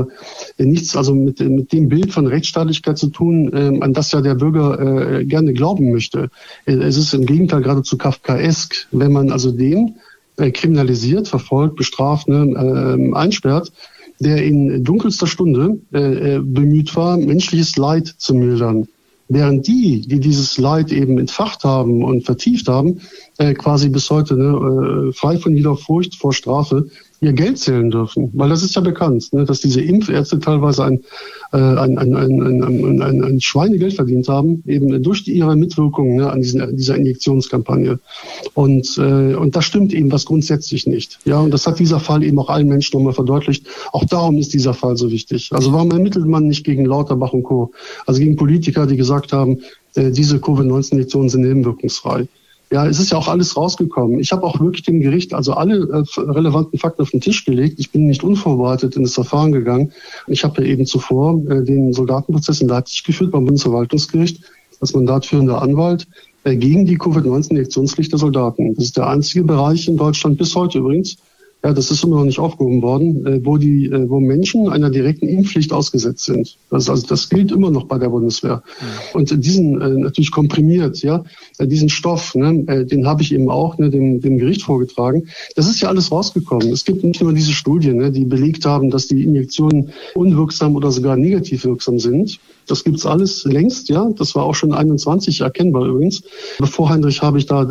dem Bild von Rechtsstaatlichkeit zu tun, an das ja der Bürger gerne glauben möchte. Es ist im Gegenteil geradezu kafkaesk, wenn man also den kriminalisiert, verfolgt, bestraft, einsperrt, der in dunkelster Stunde bemüht war, menschliches Leid zu mildern. Während die dieses Leid eben entfacht haben und vertieft haben, quasi bis heute frei von jeder Furcht vor Strafe ihr Geld zählen dürfen. Weil das ist ja bekannt, dass diese Impfärzte teilweise ein Schweinegeld verdient haben, eben durch ihre Mitwirkung an dieser Injektionskampagne. Und das stimmt eben was grundsätzlich nicht. Ja, und das hat dieser Fall eben auch allen Menschen nochmal verdeutlicht. Auch darum ist dieser Fall so wichtig. Also warum ermittelt man nicht gegen Lauterbach und Co.? Also gegen Politiker, die gesagt haben, diese Covid-19-Injektionen sind nebenwirkungsfrei. Ja, es ist ja auch alles rausgekommen. Ich habe auch wirklich dem Gericht also alle relevanten Fakten auf den Tisch gelegt. Ich bin nicht unvorbereitet in das Verfahren gegangen. Ich habe ja eben zuvor den Soldatenprozess in Leipzig geführt beim Bundesverwaltungsgericht als mandatführender Anwalt gegen die Covid-19-Injektionspflicht der Soldaten. Das ist der einzige Bereich in Deutschland bis heute übrigens. Ja, das ist immer noch nicht aufgehoben worden, wo Menschen einer direkten Impfpflicht ausgesetzt sind. Das gilt immer noch bei der Bundeswehr. Und diesen natürlich komprimiert, ja, diesen Stoff, ne, den habe ich eben auch dem Gericht vorgetragen. Das ist ja alles rausgekommen. Es gibt nicht nur diese Studien, ne, die belegt haben, dass die Injektionen unwirksam oder sogar negativ wirksam sind. Das gibt's alles längst, ja. Das war auch schon 21 erkennbar übrigens. Bevor Heinrich Habich da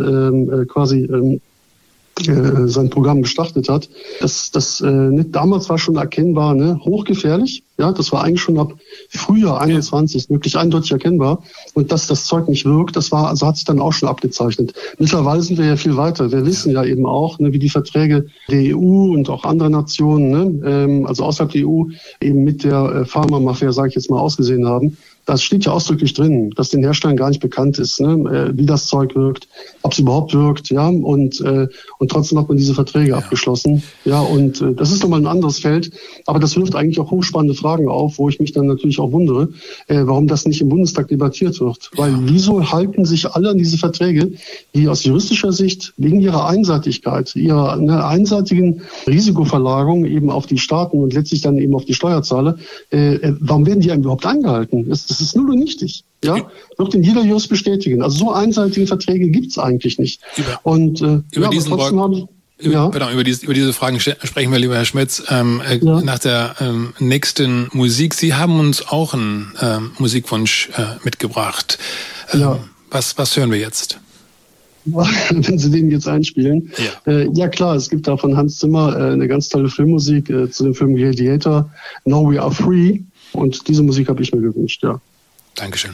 sein Programm gestartet hat. Das damals war schon erkennbar, ne, hochgefährlich. Ja, das war eigentlich schon ab Frühjahr 21 wirklich eindeutig erkennbar. Und dass das Zeug nicht wirkt, hat sich dann auch schon abgezeichnet. Mittlerweile sind wir ja viel weiter. Wir wissen ja eben auch, ne, wie die Verträge der EU und auch anderer Nationen, ne, also außerhalb der EU, eben mit der Pharmamafia, sage ich jetzt mal, ausgesehen haben. Das steht ja ausdrücklich drin, dass den Herstellern gar nicht bekannt ist, ne, wie das Zeug wirkt, ob es überhaupt wirkt, ja, und trotzdem hat man diese Verträge abgeschlossen, ja, und das ist nochmal ein anderes Feld, aber das wirft eigentlich auch hochspannende Fragen auf, wo ich mich dann natürlich auch wundere, warum das nicht im Bundestag debattiert wird, weil wieso halten sich alle an diese Verträge, die aus juristischer Sicht wegen ihrer Einseitigkeit, ihrer einseitigen Risikoverlagerung eben auf die Staaten und letztlich dann eben auf die Steuerzahler, warum werden die überhaupt eingehalten? Das ist null und nichtig. Ja, wird in jeder Jurist bestätigen. Also so einseitige Verträge gibt's eigentlich nicht. Über diese Fragen sprechen wir, lieber Herr Schmitz, nach der nächsten Musik. Sie haben uns auch einen Musikwunsch mitgebracht. Was hören wir jetzt? Wenn Sie den jetzt einspielen. Ja klar, es gibt da von Hans Zimmer eine ganz tolle Filmmusik zu dem Film Gladiator, Now We Are Free. Und diese Musik habe ich mir gewünscht, ja. Dankeschön.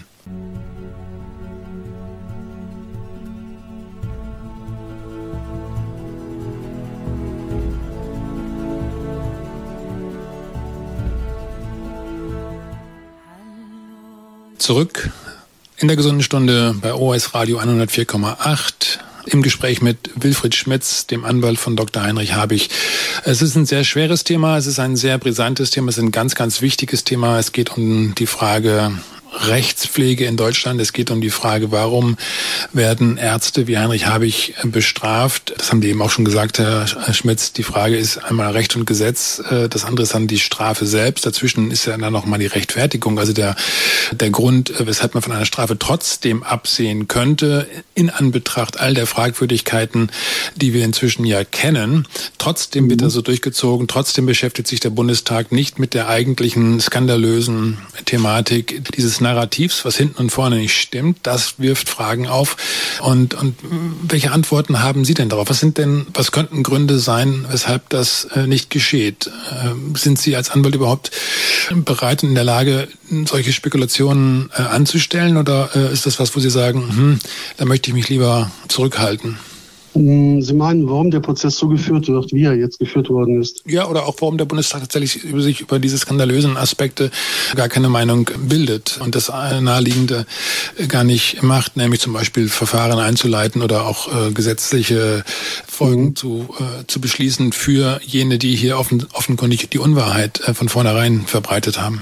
Zurück in der gesunden Stunde bei OS Radio 104,8. Im Gespräch mit Wilfried Schmitz, dem Anwalt von Dr. Heinrich Habich. Es ist ein sehr schweres Thema, es ist ein sehr brisantes Thema, es ist ein ganz, ganz wichtiges Thema. Es geht um die Frage Rechtspflege in Deutschland. Es geht um die Frage, warum werden Ärzte wie Heinrich Habich bestraft? Das haben die eben auch schon gesagt, Herr Schmitz. Die Frage ist einmal Recht und Gesetz. Das andere ist dann die Strafe selbst. Dazwischen ist ja dann noch mal die Rechtfertigung, also der Grund, weshalb man von einer Strafe trotzdem absehen könnte, in Anbetracht all der Fragwürdigkeiten, die wir inzwischen ja kennen. Trotzdem wird er so durchgezogen. Trotzdem beschäftigt sich der Bundestag nicht mit der eigentlichen skandalösen Thematik dieses Narrativs, was hinten und vorne nicht stimmt. Das wirft Fragen auf. Und welche Antworten haben Sie denn darauf? Was könnten Gründe sein, weshalb das nicht geschieht? Sind Sie als Anwalt überhaupt bereit und in der Lage, solche Spekulationen anzustellen? Oder ist das was, wo Sie sagen, da möchte ich mich lieber zurückhalten? Sie meinen, warum der Prozess so geführt wird, wie er jetzt geführt worden ist? Ja, oder auch warum der Bundestag tatsächlich sich über diese skandalösen Aspekte gar keine Meinung bildet und das Naheliegende gar nicht macht, nämlich zum Beispiel Verfahren einzuleiten oder auch gesetzliche Folgen zu beschließen für jene, die hier offenkundig die Unwahrheit von vornherein verbreitet haben.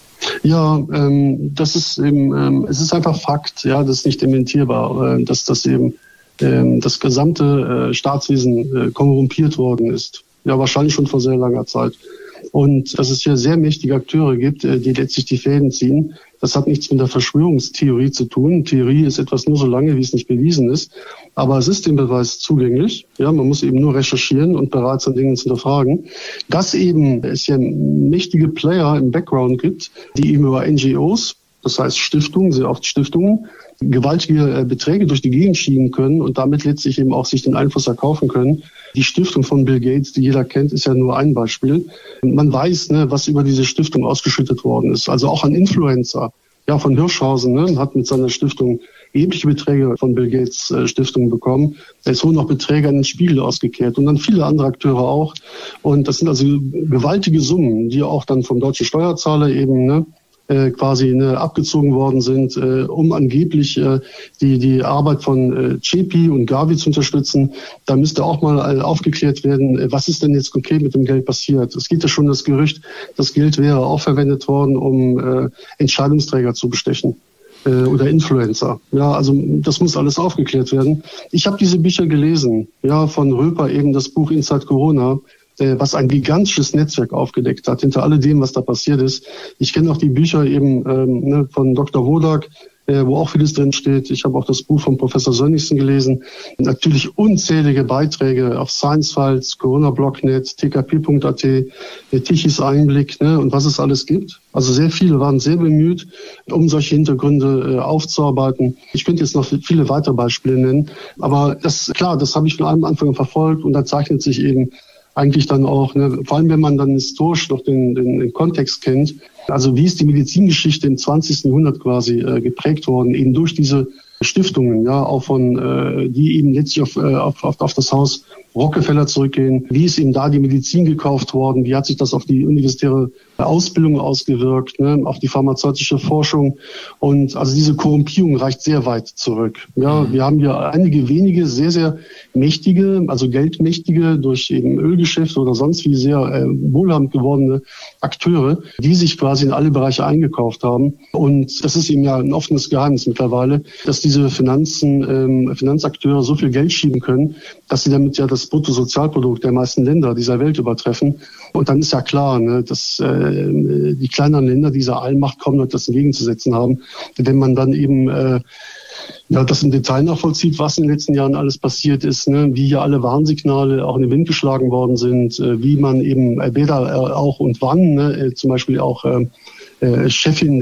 Ja, das ist eben, es ist einfach Fakt, ja, das ist nicht dementierbar, dass das eben das gesamte Staatswesen korrumpiert worden ist. Ja, wahrscheinlich schon vor sehr langer Zeit. Und dass es hier sehr mächtige Akteure gibt, die letztlich die Fäden ziehen. Das hat nichts mit der Verschwörungstheorie zu tun. Theorie ist etwas nur so lange, wie es nicht bewiesen ist. Aber es ist dem Beweis zugänglich. Ja, man muss eben nur recherchieren und bereit sein, Dinge zu hinterfragen. Dass eben es hier mächtige Player im Background gibt, die eben über NGOs, das heißt Stiftungen, sehr oft Stiftungen, gewaltige Beträge durch die Gegend schieben können und damit letztlich eben auch sich den Einfluss erkaufen können. Die Stiftung von Bill Gates, die jeder kennt, ist ja nur ein Beispiel. Man weiß, was über diese Stiftung ausgeschüttet worden ist. Also auch ein Influencer, ja, von Hirschhausen, hat mit seiner Stiftung erhebliche Beträge von Bill Gates Stiftung bekommen. Es wurden noch Beträge an den Spiegel ausgekehrt und dann viele andere Akteure auch. Und das sind also gewaltige Summen, die auch dann vom deutschen Steuerzahler eben quasi abgezogen worden sind, um angeblich die Arbeit von CEPI und Gavi zu unterstützen. Da müsste auch mal aufgeklärt werden, was ist denn jetzt konkret mit dem Geld passiert. Es gibt ja schon das Gerücht, das Geld wäre auch verwendet worden, um Entscheidungsträger zu bestechen oder Influencer. Ja, also das muss alles aufgeklärt werden. Ich habe diese Bücher gelesen, ja, von Röper eben das Buch Inside Corona, was ein gigantisches Netzwerk aufgedeckt hat, hinter alledem, was da passiert ist. Ich kenne auch die Bücher eben von Dr. Wodak, wo auch vieles drin steht. Ich habe auch das Buch von Professor Sönnigsen gelesen. Natürlich unzählige Beiträge auf Science Files, Corona-Blog.net, tkp.at, Tichys Einblick, und was es alles gibt. Also sehr viele waren sehr bemüht, um solche Hintergründe aufzuarbeiten. Ich könnte jetzt noch viele weitere Beispiele nennen. Aber das habe ich von einem Anfang an verfolgt und da zeichnet sich eben eigentlich dann auch, vor allem wenn man dann historisch noch den Kontext kennt, also wie ist die Medizingeschichte im 20. Jahrhundert quasi geprägt worden, eben durch diese Stiftungen, ja, auch von, die eben letztlich auf das Haus Rockefeller zurückgehen. Wie ist eben da die Medizin gekauft worden? Wie hat sich das auf die universitäre Ausbildung ausgewirkt, auf die pharmazeutische Forschung? Und also diese Korrumpierung reicht sehr weit zurück. Ja, wir haben hier einige wenige sehr, sehr mächtige, also geldmächtige durch eben Ölgeschäfte oder sonst wie sehr wohlhabend gewordene Akteure, die sich quasi in alle Bereiche eingekauft haben. Und das ist eben ja ein offenes Geheimnis mittlerweile, dass diese Finanzakteure so viel Geld schieben können, dass sie damit ja das Bruttosozialprodukt der meisten Länder dieser Welt übertreffen. Und dann ist ja klar, dass die kleineren Länder dieser Allmacht kaum noch etwas entgegenzusetzen haben. Wenn man dann eben das im Detail nachvollzieht, was in den letzten Jahren alles passiert ist, wie hier alle Warnsignale auch in den Wind geschlagen worden sind, wie man eben wer auch und wann, zum Beispiel auch Chefin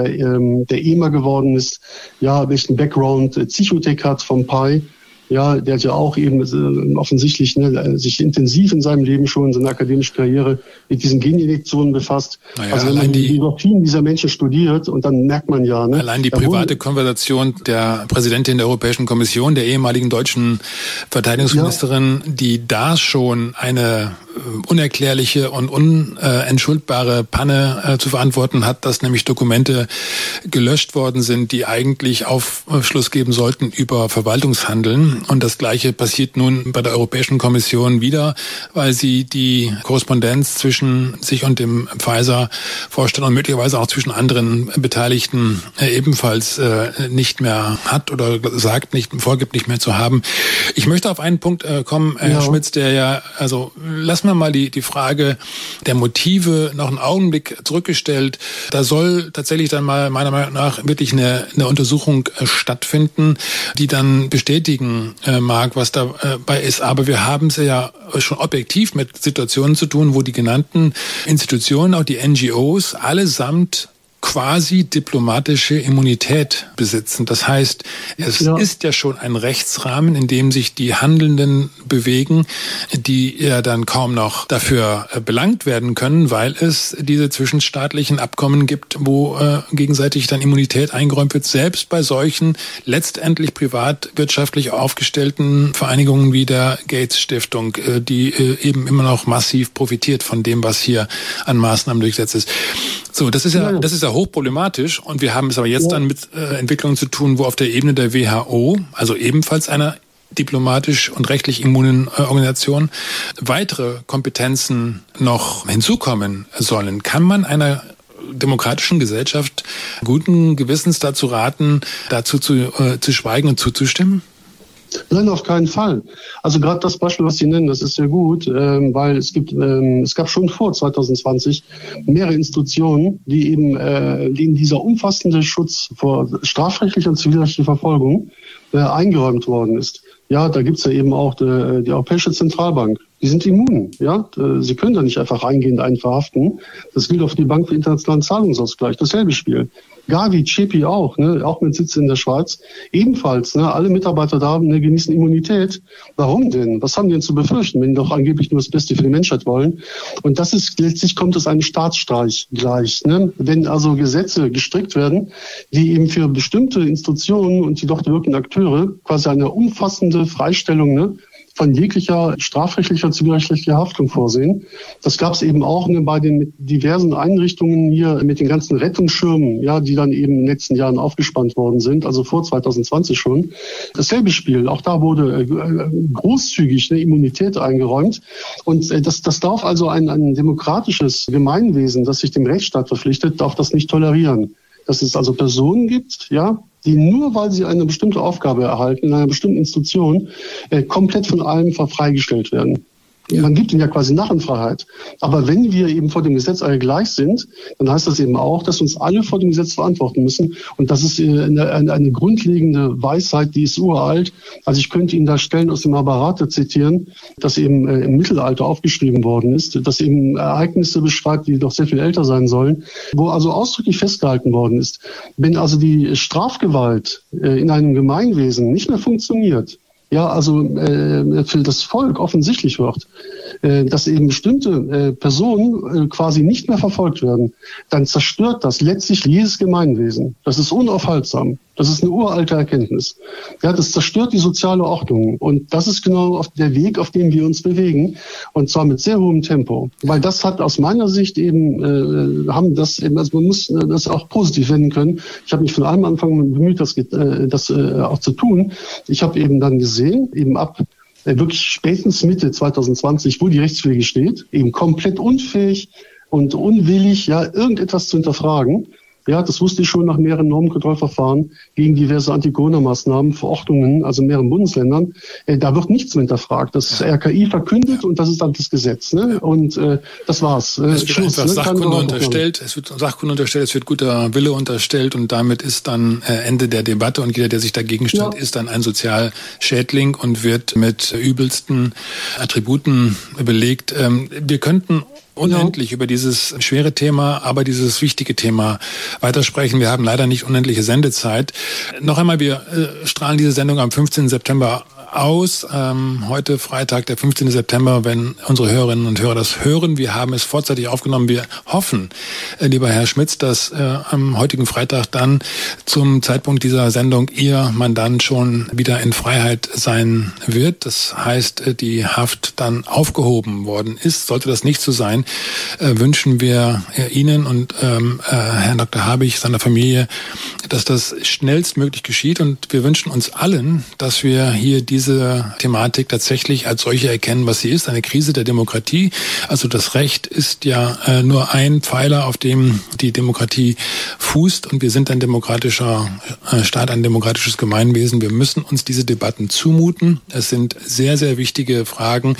der EMA geworden ist, ja, welchen Background Psychotech hat vom PI. Ja, der hat ja auch eben offensichtlich sich intensiv in seinem Leben schon in seiner akademischen Karriere mit diesen Geninjektionen befasst. Naja, also wenn man die Biografien dieser Menschen studiert und dann merkt man ja. Allein die private Konversation der Präsidentin der Europäischen Kommission, der ehemaligen deutschen Verteidigungsministerin, die da schon eine unerklärliche und unentschuldbare Panne zu verantworten hat, dass nämlich Dokumente gelöscht worden sind, die eigentlich Aufschluss geben sollten über Verwaltungshandeln. Und das Gleiche passiert nun bei der Europäischen Kommission wieder, weil sie die Korrespondenz zwischen sich und dem Pfizer-Vorstand und möglicherweise auch zwischen anderen Beteiligten ebenfalls nicht mehr hat oder vorgibt nicht mehr zu haben. Ich möchte auf einen Punkt kommen, Herr Schmitz, der lassen wir mal die Frage der Motive noch einen Augenblick zurückgestellt. Da soll tatsächlich dann mal meiner Meinung nach wirklich eine Untersuchung stattfinden, die dann bestätigen mag, was dabei ist. Aber wir haben es ja schon objektiv mit Situationen zu tun, wo die genannten Institutionen, auch die NGOs, allesamt quasi diplomatische Immunität besitzen. Das heißt, es ist ja schon ein Rechtsrahmen, in dem sich die Handelnden bewegen, die ja dann kaum noch dafür belangt werden können, weil es diese zwischenstaatlichen Abkommen gibt, wo gegenseitig dann Immunität eingeräumt wird, selbst bei solchen letztendlich privatwirtschaftlich aufgestellten Vereinigungen wie der Gates-Stiftung, die eben immer noch massiv profitiert von dem, was hier an Maßnahmen durchgesetzt ist. So, das ist ja hochproblematisch und wir haben es aber jetzt dann mit Entwicklungen zu tun, wo auf der Ebene der WHO, also ebenfalls einer diplomatisch und rechtlich immunen Organisation, weitere Kompetenzen noch hinzukommen sollen. Kann man einer demokratischen Gesellschaft guten Gewissens dazu raten, dazu zu schweigen und zuzustimmen? Nein, auf keinen Fall. Also gerade das Beispiel, was Sie nennen, das ist sehr gut, weil es gab schon vor 2020 mehrere Institutionen, die eben denen dieser umfassende Schutz vor strafrechtlicher und zivilrechtlicher Verfolgung eingeräumt worden ist. Ja, da gibt's ja eben auch die Europäische Zentralbank. Die sind immun, ja. Sie können da nicht einfach reingehend einen verhaften. Das gilt auch für die Bank für internationalen Zahlungsausgleich. Dasselbe Spiel. Gavi, CEPI auch, auch mit Sitz in der Schweiz. Ebenfalls, alle Mitarbeiter da genießen Immunität. Warum denn? Was haben die denn zu befürchten, wenn die doch angeblich nur das Beste für die Menschheit wollen? Und das ist, letztlich kommt es einem Staatsstreich gleich, Wenn also Gesetze gestrickt werden, die eben für bestimmte Institutionen und die dort wirkenden Akteure quasi eine umfassende Freistellung, von jeglicher strafrechtlicher, zivilrechtlicher Haftung vorsehen. Das gab es eben auch bei den diversen Einrichtungen hier mit den ganzen Rettungsschirmen, ja, die dann eben in den letzten Jahren aufgespannt worden sind, also vor 2020 schon. Dasselbe Spiel, auch da wurde großzügig eine Immunität eingeräumt. Und das darf also ein demokratisches Gemeinwesen, das sich dem Rechtsstaat verpflichtet, darf das nicht tolerieren. Dass es also Personen gibt, ja, die nur, weil sie eine bestimmte Aufgabe erhalten, in einer bestimmten Institution, komplett von allem freigestellt werden. Man gibt ihnen ja quasi Narrenfreiheit. Aber wenn wir eben vor dem Gesetz alle gleich sind, dann heißt das eben auch, dass uns alle vor dem Gesetz verantworten müssen. Und das ist eine grundlegende Weisheit, die ist uralt. Also ich könnte Ihnen da Stellen aus dem Mahabharata zitieren, das eben im Mittelalter aufgeschrieben worden ist, das eben Ereignisse beschreibt, die doch sehr viel älter sein sollen, wo also ausdrücklich festgehalten worden ist, wenn also die Strafgewalt in einem Gemeinwesen nicht mehr funktioniert, ja, also für das Volk offensichtlich wird, dass eben bestimmte Personen quasi nicht mehr verfolgt werden, dann zerstört das letztlich jedes Gemeinwesen. Das ist unaufhaltsam. Das ist eine uralte Erkenntnis. Ja, das zerstört die soziale Ordnung. Und das ist genau der Weg, auf dem wir uns bewegen. Und zwar mit sehr hohem Tempo. Weil das hat aus meiner Sicht eben, haben das eben, also man muss das auch positiv wenden können. Ich habe mich von allem Anfang bemüht, das auch zu tun. Ich habe eben dann gesehen, eben ab wirklich spätestens Mitte 2020, wo die Rechtspflege steht, eben komplett unfähig und unwillig, ja, irgendetwas zu hinterfragen. Ja, das wusste ich schon nach mehreren Normkontrollverfahren gegen diverse Anti-Corona-Maßnahmen, Verordnungen, also in mehreren Bundesländern. Da wird nichts mehr hinterfragt. Das RKI verkündet und das ist dann das Gesetz. Ne? Und das war's. Es wird einfach Sachkunde unterstellt. Es wird Sachkunde unterstellt, es wird guter Wille unterstellt und damit ist dann Ende der Debatte und jeder, der sich dagegen stellt, ist dann ein Sozialschädling und wird mit übelsten Attributen belegt. Wir könnten unendlich über dieses schwere Thema, aber dieses wichtige Thema weitersprechen. Wir haben leider nicht unendliche Sendezeit. Noch einmal, wir strahlen diese Sendung am 15. September aus. Heute Freitag, der 15. September, wenn unsere Hörerinnen und Hörer das hören. Wir haben es vorzeitig aufgenommen. Wir hoffen, lieber Herr Schmitz, dass am heutigen Freitag dann zum Zeitpunkt dieser Sendung Ihr Mandant schon wieder in Freiheit sein wird. Das heißt, die Haft dann aufgehoben worden ist. Sollte das nicht so sein, wünschen wir Ihnen und Herrn Dr. Habich, seiner Familie, dass das schnellstmöglich geschieht. Und wir wünschen uns allen, dass wir hier diese Thematik tatsächlich als solche erkennen, was sie ist, eine Krise der Demokratie. Also das Recht ist ja nur ein Pfeiler, auf dem die Demokratie fußt und wir sind ein demokratischer Staat, ein demokratisches Gemeinwesen. Wir müssen uns diese Debatten zumuten. Es sind sehr, sehr wichtige Fragen.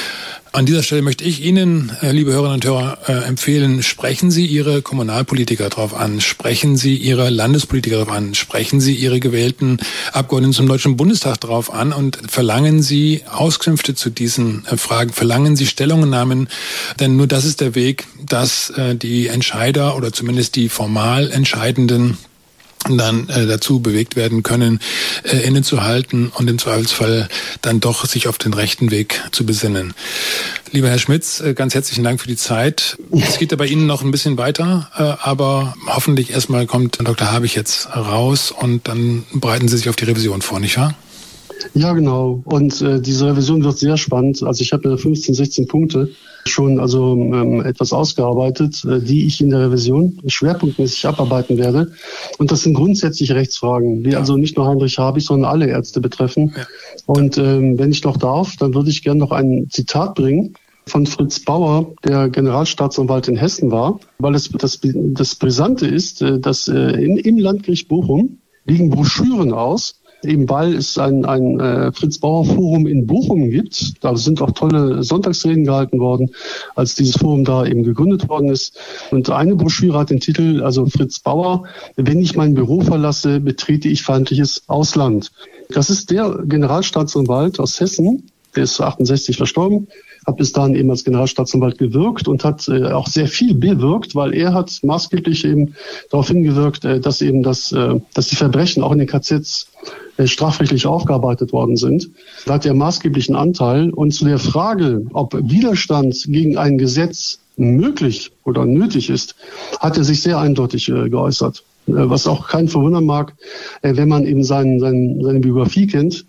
An dieser Stelle möchte ich Ihnen, liebe Hörerinnen und Hörer, empfehlen, sprechen Sie Ihre Kommunalpolitiker drauf an, sprechen Sie Ihre Landespolitiker drauf an, sprechen Sie Ihre gewählten Abgeordneten zum Deutschen Bundestag drauf an und verlangen Sie Auskünfte zu diesen Fragen, verlangen Sie Stellungnahmen, denn nur das ist der Weg, dass die Entscheider oder zumindest die formal Entscheidenden dann dazu bewegt werden können, innezuhalten und im Zweifelsfall dann doch sich auf den rechten Weg zu besinnen. Lieber Herr Schmitz, ganz herzlichen Dank für die Zeit. Es geht ja bei Ihnen noch ein bisschen weiter, aber hoffentlich erstmal kommt Dr. Habich jetzt raus und dann bereiten Sie sich auf die Revision vor, nicht wahr? Ja, genau. Und diese Revision wird sehr spannend. Also ich habe 15, 16 Punkte schon etwas ausgearbeitet, die ich in der Revision schwerpunktmäßig abarbeiten werde. Und das sind grundsätzliche Rechtsfragen, die also nicht nur Heinrich Habich, sondern alle Ärzte betreffen. Ja. Und wenn ich noch darf, dann würde ich gerne noch ein Zitat bringen von Fritz Bauer, der Generalstaatsanwalt in Hessen war, weil das Brisante ist, dass im Landgericht Bochum liegen Broschüren aus, eben weil es ein Fritz-Bauer-Forum in Bochum gibt. Da sind auch tolle Sonntagsreden gehalten worden, als dieses Forum da eben gegründet worden ist. Und eine Broschüre hat den Titel, also Fritz Bauer, wenn ich mein Büro verlasse, betrete ich feindliches Ausland. Das ist der Generalstaatsanwalt aus Hessen, der ist 68 verstorben, hat bis dahin eben als Generalstaatsanwalt gewirkt und hat auch sehr viel bewirkt, weil er hat maßgeblich eben darauf hingewirkt, dass eben dass die Verbrechen auch in den KZs strafrechtlich aufgearbeitet worden sind. Da hat er maßgeblichen Anteil. Und zu der Frage, ob Widerstand gegen ein Gesetz möglich oder nötig ist, hat er sich sehr eindeutig geäußert. Was auch keinen verwundern mag, wenn man eben seine Biografie kennt.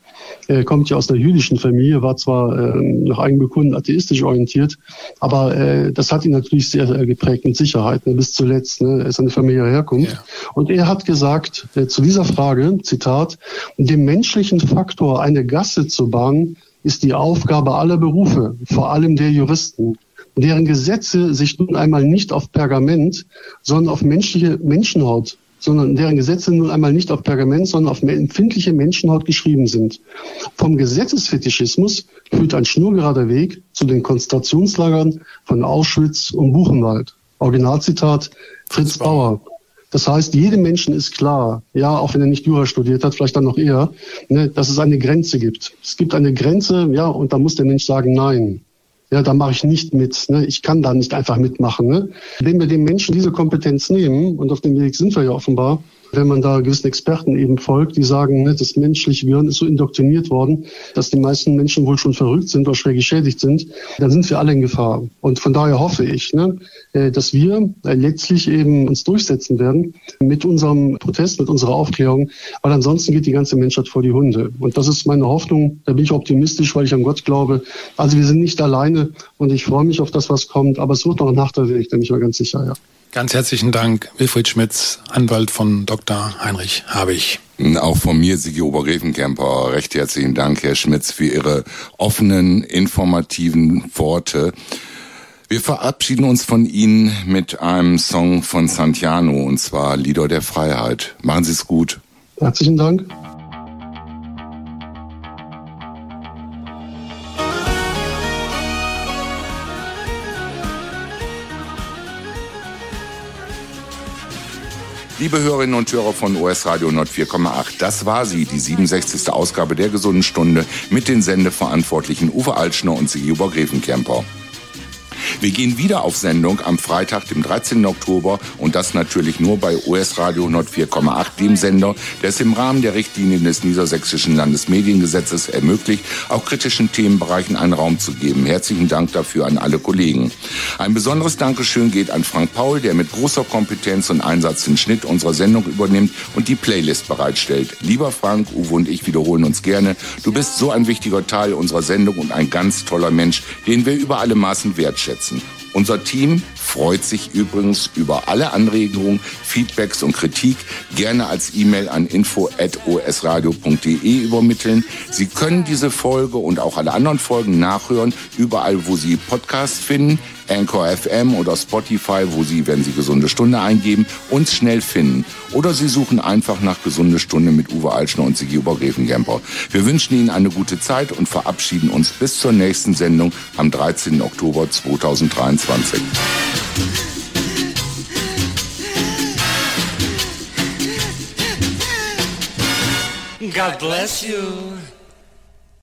Er kommt ja aus einer jüdischen Familie, war zwar nach eigenem Bekunden atheistisch orientiert, aber das hat ihn natürlich sehr geprägt, mit Sicherheit, bis zuletzt. Er ist eine familiäre Herkunft. Ja. Und er hat gesagt zu dieser Frage, Zitat, dem menschlichen Faktor eine Gasse zu bahnen, ist die Aufgabe aller Berufe, vor allem der Juristen, deren Gesetze sich nun einmal nicht auf Pergament, sondern auf menschliche Menschenhaut, sondern deren Gesetze nun einmal nicht auf Pergament, sondern auf empfindliche Menschenhaut geschrieben sind. Vom Gesetzesfetischismus führt ein schnurgerader Weg zu den Konzentrationslagern von Auschwitz und Buchenwald. Originalzitat Fritz Bauer. Das heißt, jedem Menschen ist klar, ja, auch wenn er nicht Jura studiert hat, vielleicht dann noch eher, dass es eine Grenze gibt. Es gibt eine Grenze, ja, und da muss der Mensch sagen, nein. Ja, da mache ich nicht mit. Ich kann da nicht einfach mitmachen. Wenn wir den Menschen diese Kompetenz nehmen, und auf dem Weg sind wir ja offenbar, wenn man da gewissen Experten eben folgt, die sagen, das menschliche Gehirn ist so indoktriniert worden, dass die meisten Menschen wohl schon verrückt sind oder schwer geschädigt sind, dann sind wir alle in Gefahr. Und von daher hoffe ich, dass wir letztlich eben uns durchsetzen werden mit unserem Protest, mit unserer Aufklärung, weil ansonsten geht die ganze Menschheit vor die Hunde. Und das ist meine Hoffnung, da bin ich optimistisch, weil ich an Gott glaube. Also wir sind nicht alleine und ich freue mich auf das, was kommt, aber es wird noch nach der Weg, da bin ich mir ganz sicher, ja. Ganz herzlichen Dank, Wilfried Schmitz, Anwalt von Dr. Heinrich Habich. Auch von mir, Sigi Obergräfenkämper, recht herzlichen Dank, Herr Schmitz, für Ihre offenen, informativen Worte. Wir verabschieden uns von Ihnen mit einem Song von Santiano, und zwar Lieder der Freiheit. Machen Sie es gut. Herzlichen Dank. Liebe Hörerinnen und Hörer von OS Radio 104,8, das war sie, die 67. Ausgabe der Gesunden Stunde mit den Sendeverantwortlichen Uwe Altschner und Sigi Obergräfenkämper. Wir gehen wieder auf Sendung am Freitag, dem 13. Oktober, und das natürlich nur bei OS Radio 104,8, dem Sender, der es im Rahmen der Richtlinien des Niedersächsischen Landesmediengesetzes ermöglicht, auch kritischen Themenbereichen einen Raum zu geben. Herzlichen Dank dafür an alle Kollegen. Ein besonderes Dankeschön geht an Frank Paul, der mit großer Kompetenz und Einsatz den Schnitt unserer Sendung übernimmt und die Playlist bereitstellt. Lieber Frank, Uwe und ich wiederholen uns gerne. Du bist so ein wichtiger Teil unserer Sendung und ein ganz toller Mensch, den wir über alle Maßen wertschätzen. Unser Team freut sich übrigens über alle Anregungen, Feedbacks und Kritik gerne als E-Mail an info@osradio.de übermitteln. Sie können diese Folge und auch alle anderen Folgen nachhören, überall, wo Sie Podcasts finden, Anchor FM oder Spotify, wo Sie, wenn Sie Gesunde Stunde eingeben, uns schnell finden. Oder Sie suchen einfach nach Gesunde Stunde mit Uwe Altschner und Sigi Obergräfenkämper. Wir wünschen Ihnen eine gute Zeit und verabschieden uns bis zur nächsten Sendung am 13. Oktober 2023. God bless you.